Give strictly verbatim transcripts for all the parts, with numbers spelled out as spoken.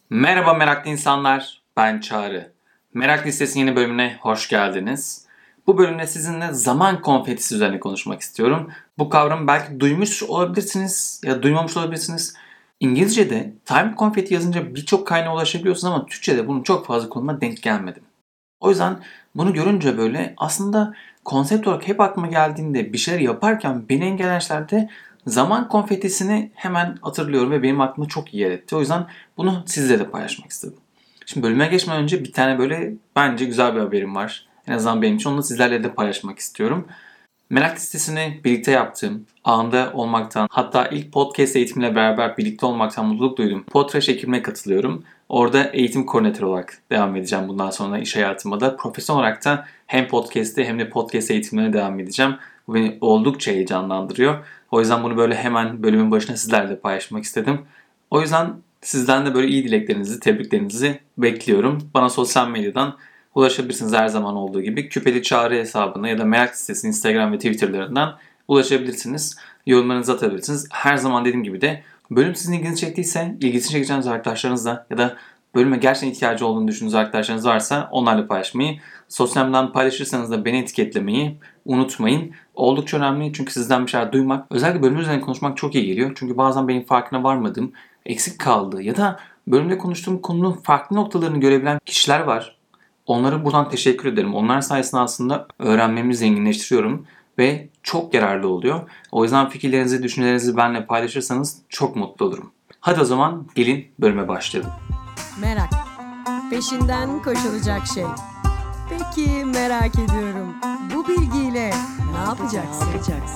Merhaba meraklı insanlar, ben Çağrı. Merak Listesi'nin yeni bölümüne hoş geldiniz. Bu bölümde sizinle zaman konfetisi üzerine konuşmak istiyorum. Bu kavramı belki duymuş olabilirsiniz ya da duymamış olabilirsiniz. İngilizce'de time konfeti yazınca birçok kaynağa ulaşabiliyorsunuz ama Türkçe'de bunun çok fazla konuma denk gelmedim. O yüzden bunu görünce böyle aslında konsept olarak hep aklıma geldiğinde bir şeyler yaparken beni engelleyen şeylerde zaman konfetisini hemen hatırlıyorum ve benim aklıma çok iyi yer etti. O yüzden bunu sizle de paylaşmak istedim. Şimdi bölüme geçmeden önce bir tane böyle bence güzel bir haberim var. En azından benim için onu sizlerle de paylaşmak istiyorum. Merak listesini birlikte yaptığım, anında olmaktan, hatta ilk podcast eğitimle beraber birlikte olmaktan mutluluk duydum. Podtrash ekibine katılıyorum. Orada eğitim koordinatörü olarak devam edeceğim bundan sonra iş hayatıma da. Profesyonel olarak da hem podcast'te hem de podcast eğitimlerine devam edeceğim. Bu beni oldukça heyecanlandırıyor. O yüzden bunu böyle hemen bölümün başına sizlerle paylaşmak istedim. O yüzden sizden de böyle iyi dileklerinizi, tebriklerinizi bekliyorum. Bana sosyal medyadan ulaşabilirsiniz her zaman olduğu gibi. Küpeli Çağrı hesabına ya da Merak Listesi Instagram ve Twitter'larından ulaşabilirsiniz. Yorumlarınızı atabilirsiniz. Her zaman dediğim gibi de bölüm sizin ilginizi çektiyse, ilgisini çekeceğiniz arkadaşlarınızla ya da bölüme gerçekten ihtiyacı olduğunu düşündüğünüz arkadaşlarınız varsa onlarla paylaşmayı, sosyal medyadan paylaşırsanız da beni etiketlemeyi unutmayın. Oldukça önemli çünkü sizden bir şeyler duymak, özellikle bölüm üzerine konuşmak çok iyi geliyor. Çünkü bazen benim farkına varmadığım, eksik kaldığı ya da bölümde konuştuğum konunun farklı noktalarını görebilen kişiler var. Onlara buradan teşekkür ederim. Onlar sayesinde aslında öğrenmemi zenginleştiriyorum ve çok yararlı oluyor. O yüzden fikirlerinizi, düşüncelerinizi benimle paylaşırsanız çok mutlu olurum. Hadi o zaman gelin bölüme başlayalım. Merak. Peşinden koşulacak şey. Peki merak ediyorum. Bu bilgiyle ne yapacaksın?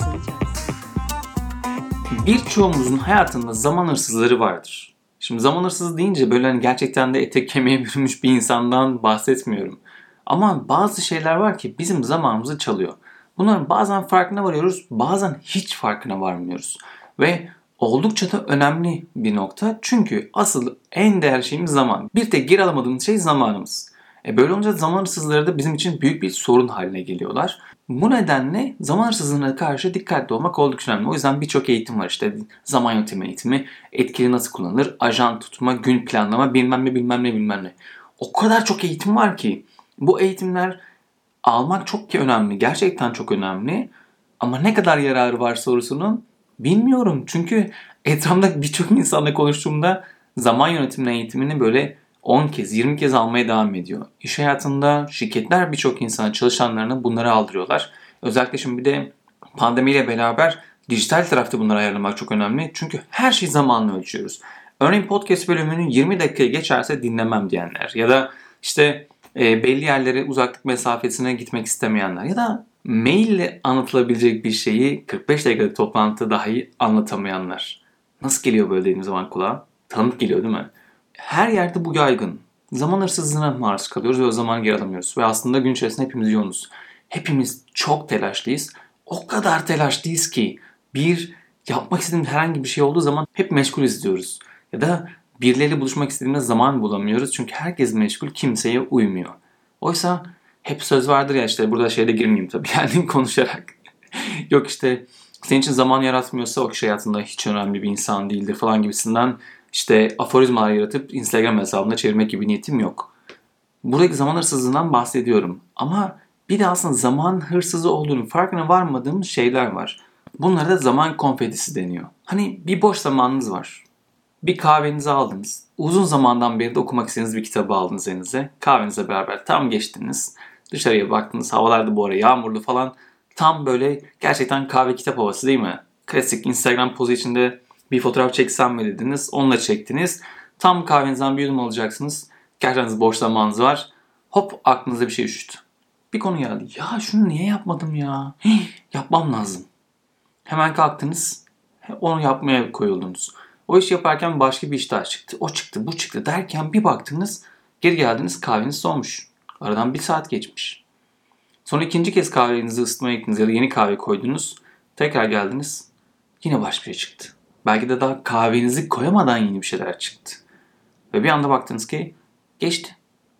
Birçoğumuzun hayatında zaman hırsızları vardır. Şimdi zaman hırsızı deyince böyle hani gerçekten de ete kemiğe bürünmüş bir insandan bahsetmiyorum. Ama bazı şeyler var ki bizim zamanımızı çalıyor. Bunların bazen farkına varıyoruz, bazen hiç farkına varmıyoruz. Ve oldukça da önemli bir nokta. Çünkü asıl en değerli şeyimiz zaman. Bir tek geri alamadığımız şey zamanımız. E böyle olunca zaman hırsızları da bizim için büyük bir sorun haline geliyorlar. Bu nedenle zaman hırsızlığına karşı dikkatli olmak oldukça önemli. O yüzden birçok eğitim var işte. Zaman yönetimi eğitimi, etkili nasıl kullanılır, ajan tutma, gün planlama, bilmem ne bilmem ne bilmem ne. O kadar çok eğitim var ki bu eğitimler almak çok ki önemli. Gerçekten çok önemli. Ama ne kadar yararı var sorusunun bilmiyorum. Çünkü etrafımda birçok insanla konuştuğumda zaman yönetiminin eğitimini böyle on kez, yirmi kez almaya devam ediyor. İş hayatında şirketler birçok insana, çalışanlarına bunları aldırıyorlar. Özellikle şimdi bir de pandemiyle beraber dijital tarafta bunları ayarlamak çok önemli. Çünkü her şeyi zamanla ölçüyoruz. Örneğin podcast bölümünü yirmi dakikaya geçerse dinlemem diyenler ya da işte e, belli yerlere uzaklık mesafesine gitmek istemeyenler ya da maille anlatılabilecek bir şeyi kırk beş dakikalık toplantıda dahi anlatamayanlar. Nasıl geliyor böyle dediğim zaman kulağa? Tanıdık geliyor değil mi? Her yerde bu yaygın. Zaman hırsızlığına maruz kalıyoruz ve o zaman geri alamıyoruz. Ve aslında gün içerisinde hepimiz yoğunuz. Hepimiz çok telaşlıyız. O kadar telaşlıyız ki bir yapmak istediğimiz herhangi bir şey olduğu zaman hep meşgul izliyoruz. Ya da birileriyle buluşmak istediğimizde zaman bulamıyoruz. Çünkü herkes meşgul, kimseye uymuyor. Oysa hep söz vardır ya işte burada şeyde girmeyeyim tabii yani konuşarak. Yok işte senin için zaman yaratmıyorsa o kişi hayatında hiç önemli bir insan değildir falan gibisinden işte aforizmalar yaratıp Instagram hesabına çevirmek gibi niyetim yok. Buradaki zaman hırsızlığından bahsediyorum. Ama bir de aslında zaman hırsızı olduğunu farkına varmadığımız şeyler var. Bunlara da zaman konfetisi deniyor. Hani bir boş zamanınız var. Bir kahvenizi aldınız. Uzun zamandan beri de okumak istediğiniz bir kitabı aldınız elinize. Kahvenizle beraber tam geçtiniz. Dışarıya baktınız. Havalar da bu ara yağmurlu falan. Tam böyle gerçekten kahve kitap havası değil mi? Klasik Instagram pozu içinde bir fotoğraf çeksem mi dediniz. Onunla çektiniz. Tam kahvenizden bir yudum alacaksınız. Gerçekten boş zamanınız var. Hop aklınıza bir şey üşüttü. Bir konu geldi. Ya şunu niye yapmadım ya? Hii, yapmam lazım. Hemen kalktınız. Onu yapmaya koyuldunuz. O işi yaparken başka bir iş daha çıktı. O çıktı, bu çıktı derken bir baktınız. Geri geldiniz kahveniz soğumuş. Aradan bir saat geçmiş. Sonra ikinci kez kahvenizi ısıtmaya gittiniz ya da yeni kahve koydunuz. Tekrar geldiniz. Yine başka bir şey çıktı. Belki de daha kahvenizi koyamadan yeni bir şeyler çıktı. Ve bir anda baktınız ki geçti.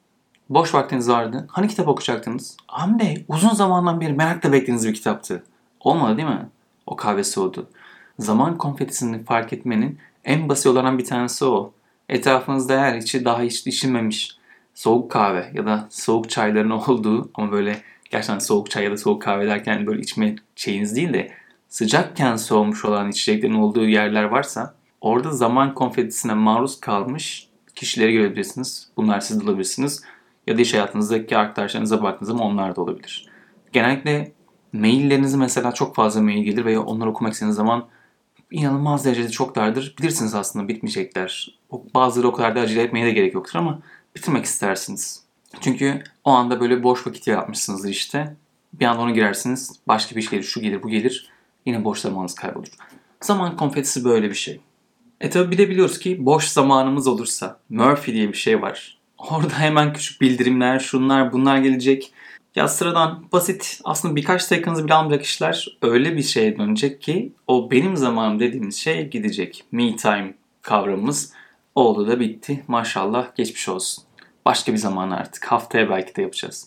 Boş vaktiniz vardı. Hani kitap okuyacaktınız? Hem de uzun zamandan beri merakla beklediğiniz bir kitaptı. Olmadı değil mi? O kahve soğudu. Zaman konfetisini fark etmenin en basit olan bir tanesi o. Etrafınızda eğer içi daha hiç içilmemiş soğuk kahve ya da soğuk çayların olduğu ama böyle gerçekten soğuk çay ya da soğuk kahve derken böyle içme şeyiniz değil de sıcakken soğumuş olan içeceklerin olduğu yerler varsa orada zaman konfetisine maruz kalmış kişileri görebilirsiniz. Bunlar siz de olabilirsiniz. Ya da iş hayatınızdaki arkadaşlarınıza baktığınız zaman onlar da olabilir. Genellikle maillerinizi mesela çok fazla mail gelir veya onları okumak istediğiniz zaman inanılmaz derecede çok dardır. Bilirsiniz aslında bitmeyecekler. Bazıları o kadar da acele etmeye de gerek yoktur ama bitirmek istersiniz. Çünkü o anda böyle boş vakit yaratmışsınızdır işte. Bir anda ona girersiniz. Başka bir şey gelir, şu gelir, bu gelir. Yine boş zamanınız kaybolur. Zaman konfetisi böyle bir şey. E tabi bir de biliyoruz ki boş zamanımız olursa Murphy diye bir şey var. Orada hemen küçük bildirimler, şunlar bunlar gelecek. Ya sıradan basit aslında birkaç dakikanızı bile almayacak işler öyle bir şeye dönecek ki o benim zamanım dediğimiz şey gidecek. Me time kavramımız oldu da bitti. Maşallah geçmiş olsun. Başka bir zaman artık haftaya belki de yapacağız.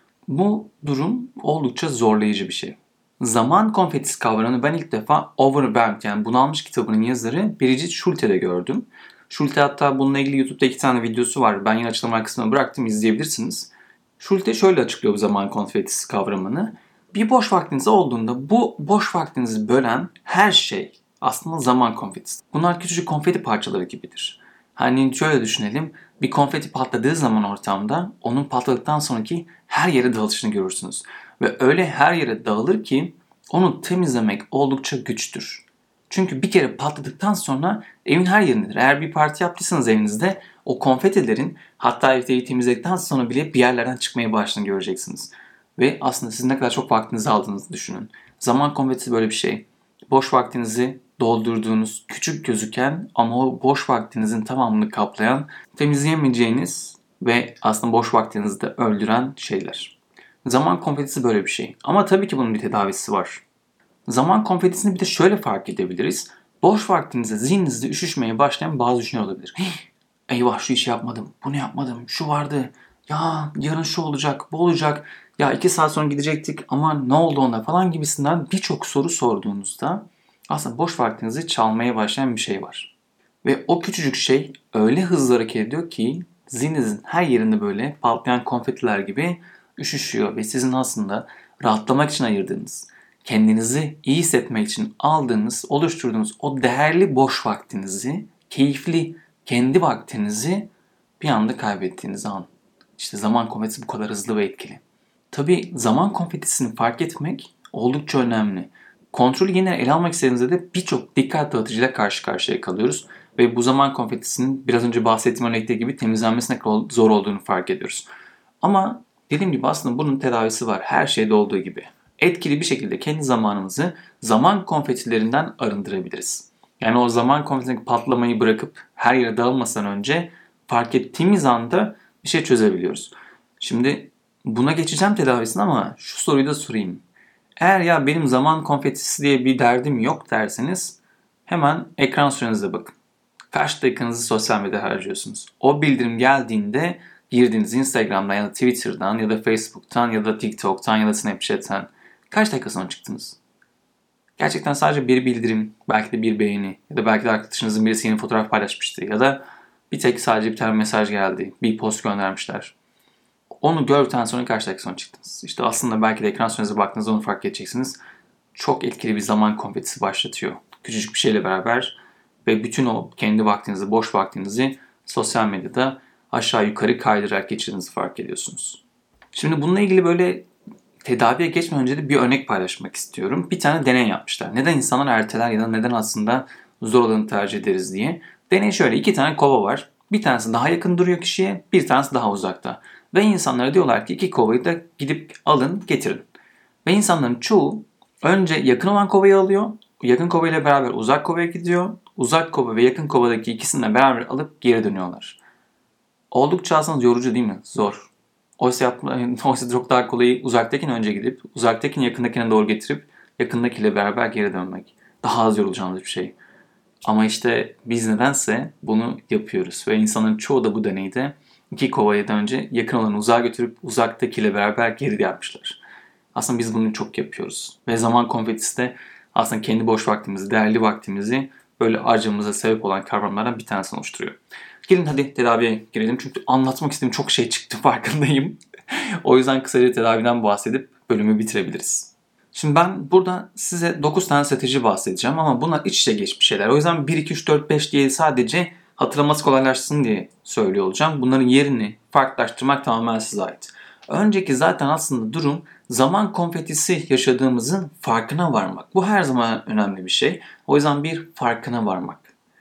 Bu durum oldukça zorlayıcı bir şey. Zaman konfetisi kavramını ben ilk defa Overwhelmed yani Bunalmış kitabının yazarı Brigitte Schulte'de gördüm. Schulte hatta bununla ilgili YouTube'da iki tane videosu var. Ben yine açıklama kısmına bıraktım, izleyebilirsiniz. Schulte şöyle açıklıyor bu zaman konfetisi kavramını. Bir boş vaktiniz olduğunda bu boş vaktinizi bölen her şey aslında zaman konfetisi. Bunlar küçücük konfeti parçaları gibidir. Hani şöyle düşünelim. Bir konfeti patladığı zaman ortamda onun patladıktan sonraki her yere dağılışını görürsünüz. Ve öyle her yere dağılır ki onu temizlemek oldukça güçtür. Çünkü bir kere patladıktan sonra evin her yerindedir. Eğer bir parti yaptıysanız evinizde o konfetilerin hatta evi temizledikten sonra bile bir yerlerden çıkmaya başladığını göreceksiniz. Ve aslında sizin ne kadar çok vaktinizi aldığınızı düşünün. Zaman konfetisi böyle bir şey. Boş vaktinizi doldurduğunuz, küçük gözüken ama o boş vaktinizin tamamını kaplayan, temizleyemeyeceğiniz ve aslında boş vaktinizi de öldüren şeyler. Zaman konfetisi böyle bir şey. Ama tabii ki bunun bir tedavisi var. Zaman konfetisini bir de şöyle fark edebiliriz. Boş vaktinizde zihninizde üşüşmeye başlayan bazı düşünceler olabilir. Eyvah şu işi yapmadım, bunu yapmadım, şu vardı. Ya yarın şu olacak, bu olacak. Ya iki saat sonra gidecektik ama ne oldu ona falan gibisinden birçok soru sorduğunuzda aslında boş vaktinizi çalmaya başlayan bir şey var. Ve o küçücük şey öyle hızlı hareket ediyor ki zihninizin her yerinde böyle patlayan konfetiler gibi üşüşüyor ve sizin aslında rahatlamak için ayırdığınız, kendinizi iyi hissetmek için aldığınız, oluşturduğunuz o değerli boş vaktinizi, keyifli kendi vaktinizi bir anda kaybettiğiniz an. İşte zaman konfetisi bu kadar hızlı ve etkili. Tabii zaman konfetisini fark etmek oldukça önemli. Kontrolü yeniden ele almak istediğimizde de birçok dikkat dağıtıcıyla karşı karşıya kalıyoruz. Ve bu zaman konfetisinin biraz önce bahsettiğim örnekte gibi temizlenmesi ne kadar zor olduğunu fark ediyoruz. Ama dediğim gibi aslında bunun tedavisi var. Her şeyde olduğu gibi. Etkili bir şekilde kendi zamanımızı zaman konfetilerinden arındırabiliriz. Yani o zaman konfetisindeki patlamayı bırakıp her yere dağılmadan önce fark ettiğimiz anda bir şey çözebiliyoruz. Şimdi buna geçeceğim tedavisine ama şu soruyu da sorayım. Eğer ya benim zaman konfetisi diye bir derdim yok derseniz hemen ekran sürenize bakın. Kaç dakikanızı sosyal medyada harcıyorsunuz? O bildirim geldiğinde girdiğiniz Instagram'dan ya da Twitter'dan ya da Facebook'tan ya da TikTok'tan ya da Snapchat'ten kaç dakika sonra çıktınız? Gerçekten sadece bir bildirim, belki de bir beğeni ya da belki de arkadaşınızın birisi yeni fotoğraf paylaşmıştı ya da bir tek sadece bir tane mesaj geldi, bir post göndermişler. Onu gördükten sonra kaç dakika sonra çıktınız? İşte aslında belki de ekran sürenize baktığınızda onu fark edeceksiniz. Çok etkili bir zaman konfetisi başlatıyor. Küçücük bir şeyle beraber ve bütün o kendi vaktinizi, boş vaktinizi sosyal medyada aşağı yukarı kaydırarak geçirdiğinizi fark ediyorsunuz. Şimdi bununla ilgili böyle tedaviye geçmeden önce de bir örnek paylaşmak istiyorum. Bir tane deney yapmışlar. Neden insanlar erteler ya da neden aslında zor olanı tercih ederiz diye. Deney şöyle, iki tane kova var. Bir tanesi daha yakın duruyor kişiye, bir tanesi daha uzakta. Ve insanlara diyorlar ki iki kovayı da gidip alın, getirin. Ve insanların çoğu önce yakın olan kovayı alıyor. Yakın kovayla beraber uzak kovaya gidiyor. Uzak kova ve yakın kovadaki ikisini de beraber alıp geri dönüyorlar. Oldukça aslında yorucu değil mi? Zor. Oysa, yapma, oysa çok daha kolayı uzaktakini önce gidip uzaktakini yakındakine doğru getirip yakındakiyle beraber geri dönmek. Daha az yorulacağımız bir şey. Ama işte biz nedense bunu yapıyoruz. Ve insanların çoğu da bu deneyde iki kovayı da önce yakın olanı uzağa götürüp uzaktakiyle beraber geri yapmışlar. Aslında biz bunu çok yapıyoruz. Ve zaman konfetisi de aslında kendi boş vaktimizi, değerli vaktimizi böyle harcamamıza sebep olan kavramlardan bir tanesini oluşturuyor. Gelin hadi tedaviye girelim çünkü anlatmak istediğim çok şey çıktı farkındayım. O yüzden kısaca tedaviden bahsedip bölümü bitirebiliriz. Şimdi ben burada size dokuz tane strateji bahsedeceğim ama bunlar iç içe geçmiş şeyler. O yüzden bir, iki, üç, dört, beş diye sadece hatırlaması kolaylaşsın diye söylüyor olacağım. Bunların yerini farklılaştırmak tamamen size ait. Önceki zaten aslında durum zaman konfetisi yaşadığımızın farkına varmak. Bu her zaman önemli bir şey. O yüzden bir, farkına varmak.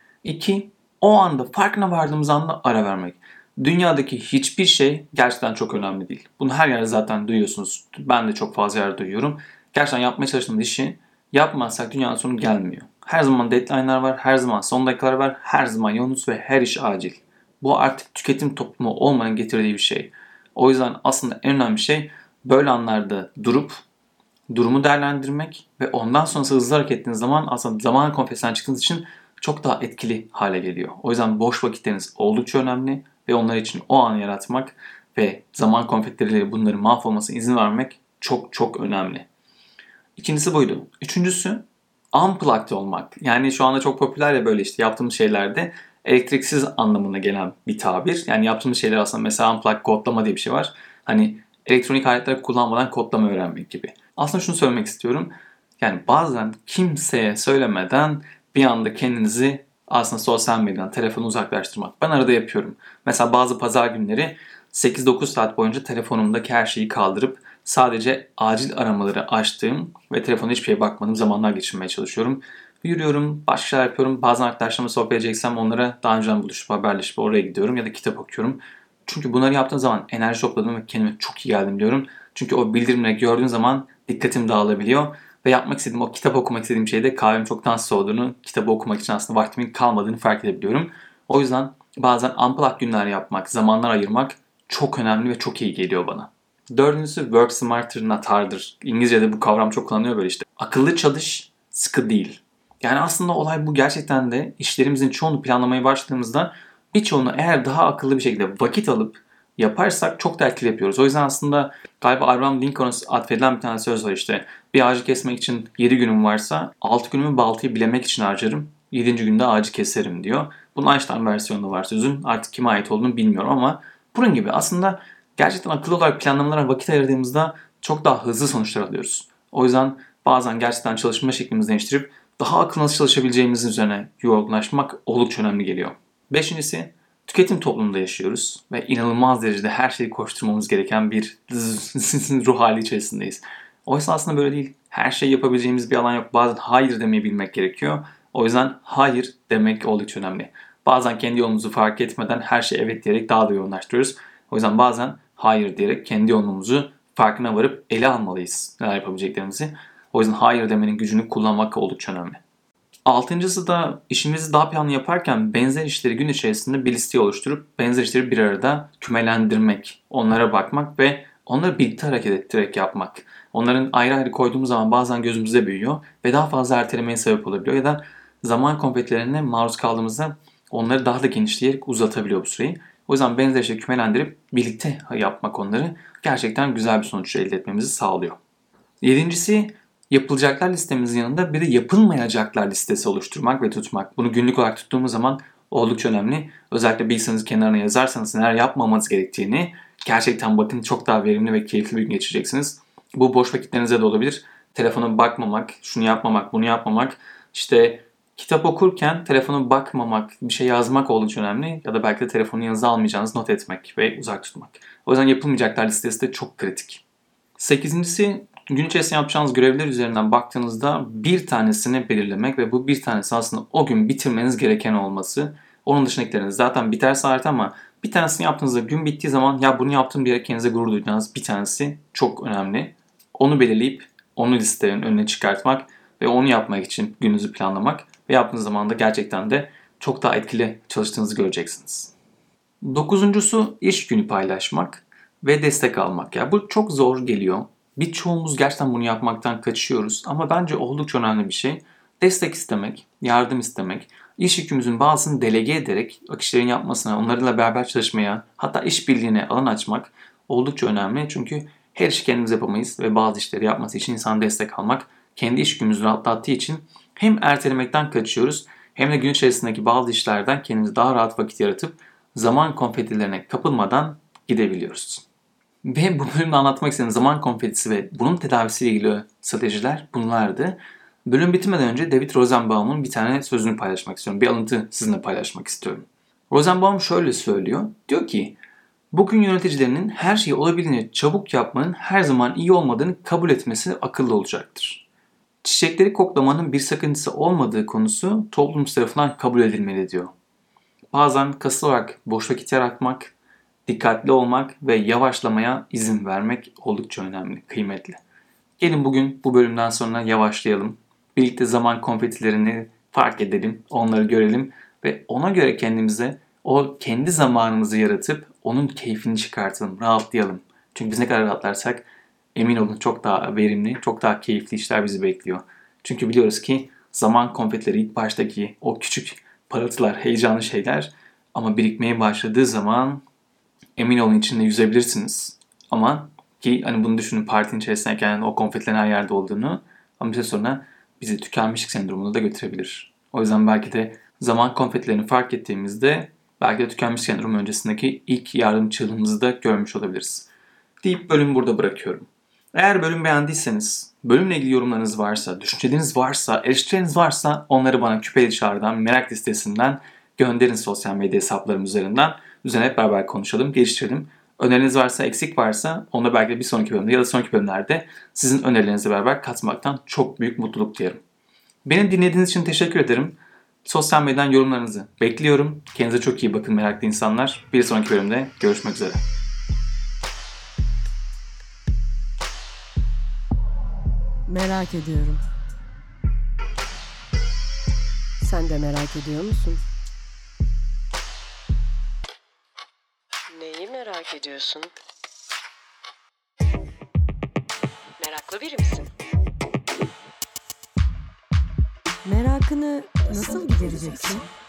İki, o anda farkına vardığımız anda ara vermek. Dünyadaki hiçbir şey gerçekten çok önemli değil. Bunu her yerde zaten duyuyorsunuz. Ben de çok fazla yerde duyuyorum. Gerçekten yapmaya çalıştığımız işi yapmazsak dünyanın sonu gelmiyor. Her zaman deadline'lar var, her zaman son dakikalar var, her zaman yoğunuz ve her iş acil. Bu artık tüketim toplumu olmanın getirdiği bir şey. O yüzden aslında en önemli şey böyle anlarda durup durumu değerlendirmek ve ondan sonrası hızlı hareket ettiğiniz zaman aslında zaman konfesinden çıktığınız için çok daha etkili hale geliyor. O yüzden boş vakitleriniz oldukça önemli ve onlar için o anı yaratmak ve zaman konfetleriyle bunların mahvolmasına izin vermek çok çok önemli. İkincisi buydu. Üçüncüsü unplugged olmak. Yani şu anda çok popüler ya böyle işte yaptığımız şeylerde elektriksiz anlamına gelen bir tabir. Yani yaptığımız şeyler aslında mesela unplug kodlama diye bir şey var. Hani elektronik aletler kullanmadan kodlama öğrenmek gibi. Aslında şunu söylemek istiyorum. Yani bazen kimseye söylemeden bir anda kendinizi aslında sosyal medyadan, telefonu uzaklaştırmak. Ben arada yapıyorum. Mesela bazı pazar günleri sekiz dokuz saat boyunca telefonumdaki her şeyi kaldırıp sadece acil aramaları açtığım ve telefona hiçbir şeye bakmadığım zamanlar geçirmeye çalışıyorum. Yürüyorum, başka şeyler yapıyorum. Bazen arkadaşlarımla sohbet edeceksem onlara daha önceden buluşup haberleşip oraya gidiyorum ya da kitap okuyorum. Çünkü bunları yaptığım zaman enerji topladım ve kendime çok iyi geldim diyorum. Çünkü o bildirimleri gördüğüm zaman dikkatim dağılabiliyor. Ve yapmak istediğim, o kitap okumak istediğim şeyde kahvem çoktan soğuduğunu, kitabı okumak için aslında vaktimin kalmadığını fark edebiliyorum. O yüzden bazen unplug günler yapmak, zamanlar ayırmak çok önemli ve çok iyi geliyor bana. Dördüncüsü work smarter not harder. İngilizce'de bu kavram çok kullanılıyor böyle işte. Akıllı çalış, sıkı değil. Yani aslında olay bu, gerçekten de işlerimizin çoğunu planlamaya başladığımızda birçoğunu eğer daha akıllı bir şekilde vakit alıp yaparsak çok da etkili yapıyoruz. O yüzden aslında galiba Abraham Lincoln'a atfedilen bir tane söz var işte. Bir ağacı kesmek için yedi günüm varsa altı günümü baltayı bilemek için harcarım. yedinci günde ağacı keserim diyor. Bunun Einstein versiyonu var sözün. Artık kime ait olduğunu bilmiyorum ama bunun gibi aslında gerçekten akıllı olarak planlamalara vakit ayırdığımızda çok daha hızlı sonuçlar alıyoruz. O yüzden bazen gerçekten çalışma şeklimizi değiştirip daha akıllı nasıl çalışabileceğimizin üzerine yoğunlaşmak oldukça önemli geliyor. Beşincisi, tüketim toplumunda yaşıyoruz ve inanılmaz derecede her şeyi koşturmamız gereken bir ruh hali içerisindeyiz. Oysa aslında böyle değil. Her şeyi yapabileceğimiz bir alan yok. Bazen hayır demeyi bilmek gerekiyor. O yüzden hayır demek oldukça önemli. Bazen kendi yolumuzu fark etmeden her şeye evet diyerek daha da yoğunlaştırıyoruz. O yüzden bazen hayır diyerek kendi yolumuzu farkına varıp ele almalıyız neler yapabileceklerimizi. O yüzden hayır demenin gücünü kullanmak oldukça önemli. Altıncısı da işimizi daha planlı yaparken benzer işleri gün içerisinde bir liste oluşturup benzer işleri bir arada kümelendirmek, onlara bakmak ve onları birlikte hareket ettirerek yapmak. Onların ayrı ayrı koyduğumuz zaman bazen gözümüzde büyüyor ve daha fazla ertelemeye sebep olabiliyor ya da zaman konfetlerine maruz kaldığımızda onları daha da genişleyerek uzatabiliyor bu süreyi. O yüzden benzer işleri kümelendirip birlikte yapmak onları gerçekten güzel bir sonuç elde etmemizi sağlıyor. Yedincisi, yapılacaklar listemizin yanında bir de yapılmayacaklar listesi oluşturmak ve tutmak. Bunu günlük olarak tuttuğumuz zaman oldukça önemli. Özellikle bilgisayarınızın kenarına yazarsanız neler yapmamanız gerektiğini gerçekten bakın çok daha verimli ve keyifli bir gün geçireceksiniz. Bu boş vakitlerinize de olabilir. Telefona bakmamak, şunu yapmamak, bunu yapmamak, işte kitap okurken telefona bakmamak, bir şey yazmak oldukça önemli. Ya da belki de telefonu yanınıza almayacağınız not etmek ve uzak tutmak. O yüzden yapılmayacaklar listesi de çok kritik. Sekizincisi, gün içerisinde yapacağınız görevler üzerinden baktığınızda bir tanesini belirlemek ve bu bir tanesi aslında o gün bitirmeniz gereken olması. Onun dışındakileriniz zaten biterse artı ama bir tanesini yaptığınızda gün bittiği zaman ya bunu yaptım diyerek kendinize gurur duyacağınız bir tanesi çok önemli. Onu belirleyip onu listenin önüne çıkartmak ve onu yapmak için gününüzü planlamak ve yaptığınız zaman da gerçekten de çok daha etkili çalıştığınızı göreceksiniz. Dokuzuncusu iş günü paylaşmak ve destek almak. Ya bu çok zor geliyor. Birçoğumuz gerçekten bunu yapmaktan kaçıyoruz ama bence oldukça önemli bir şey. Destek istemek, yardım istemek, iş yükümüzün bazısını delege ederek kişilerin yapmasına, onlarla beraber çalışmaya, hatta işbirliğine alan açmak oldukça önemli. Çünkü her işi kendimiz yapamayız ve bazı işleri yapması için insan destek almak, kendi iş yükümüzü rahatlattığı için hem ertelemekten kaçıyoruz hem de gün içerisindeki bazı işlerden kendimizi daha rahat vakit yaratıp zaman konfetilerine kapılmadan gidebiliyoruz. Ve bu bölümde anlatmak istediğim zaman konfetisi ve bunun tedavisiyle ilgili stratejiler bunlardı. Bölüm bitmeden önce David Rosenbaum'un bir tane sözünü paylaşmak istiyorum. Bir alıntı sizinle paylaşmak istiyorum. Rosenbaum şöyle söylüyor. Diyor ki, bugün yöneticilerinin her şeyi olabildiğince çabuk yapmanın her zaman iyi olmadığını kabul etmesi akıllı olacaktır. Çiçekleri koklamanın bir sakıncası olmadığı konusu toplum tarafından kabul edilmeli diyor. Bazen kasılarak boş vakit yaratmak, dikkatli olmak ve yavaşlamaya izin vermek oldukça önemli, kıymetli. Gelin bugün bu bölümden sonra yavaşlayalım. Birlikte zaman konfetilerini fark edelim, onları görelim ve ona göre kendimize o kendi zamanımızı yaratıp onun keyfini çıkartalım, rahatlayalım. Çünkü biz ne kadar rahatlarsak emin olun çok daha verimli, çok daha keyifli işler bizi bekliyor. Çünkü biliyoruz ki zaman konfetileri ilk baştaki o küçük parıltılar, heyecanlı şeyler ama birikmeye başladığı zaman emin olun içinde yüzebilirsiniz. Ama ki hani bunu düşünün partinin içerisindeyken o konfetilerin her yerde olduğunu ama bir süre sonra bizi tükenmişlik sendromuna da götürebilir. O yüzden belki de zaman konfetilerini fark ettiğimizde belki de tükenmişlik sendromu öncesindeki ilk yardım çığlığımızı da görmüş olabiliriz. Deyip bölümü burada bırakıyorum. Eğer bölüm beğendiyseniz, bölümle ilgili yorumlarınız varsa, düşünceleriniz varsa, eleştirileriniz varsa onları bana Küpeli Çağrı'dan, Merak listesinden gönderin sosyal medya hesaplarım üzerinden. Üzerine hep beraber konuşalım, geliştirelim. Öneriniz varsa, eksik varsa onu da belki de bir sonraki bölümde ya da sonraki bölümlerde sizin önerilerinizle beraber katmaktan çok büyük mutluluk duyarım. Beni dinlediğiniz için teşekkür ederim. Sosyal medyadan yorumlarınızı bekliyorum. Kendinize çok iyi bakın meraklı insanlar. Bir sonraki bölümde görüşmek üzere. Merak ediyorum. Sen de merak ediyor musun? Neyi merak ediyorsun? Meraklı biri misin? Merakını nasıl gidereceksin?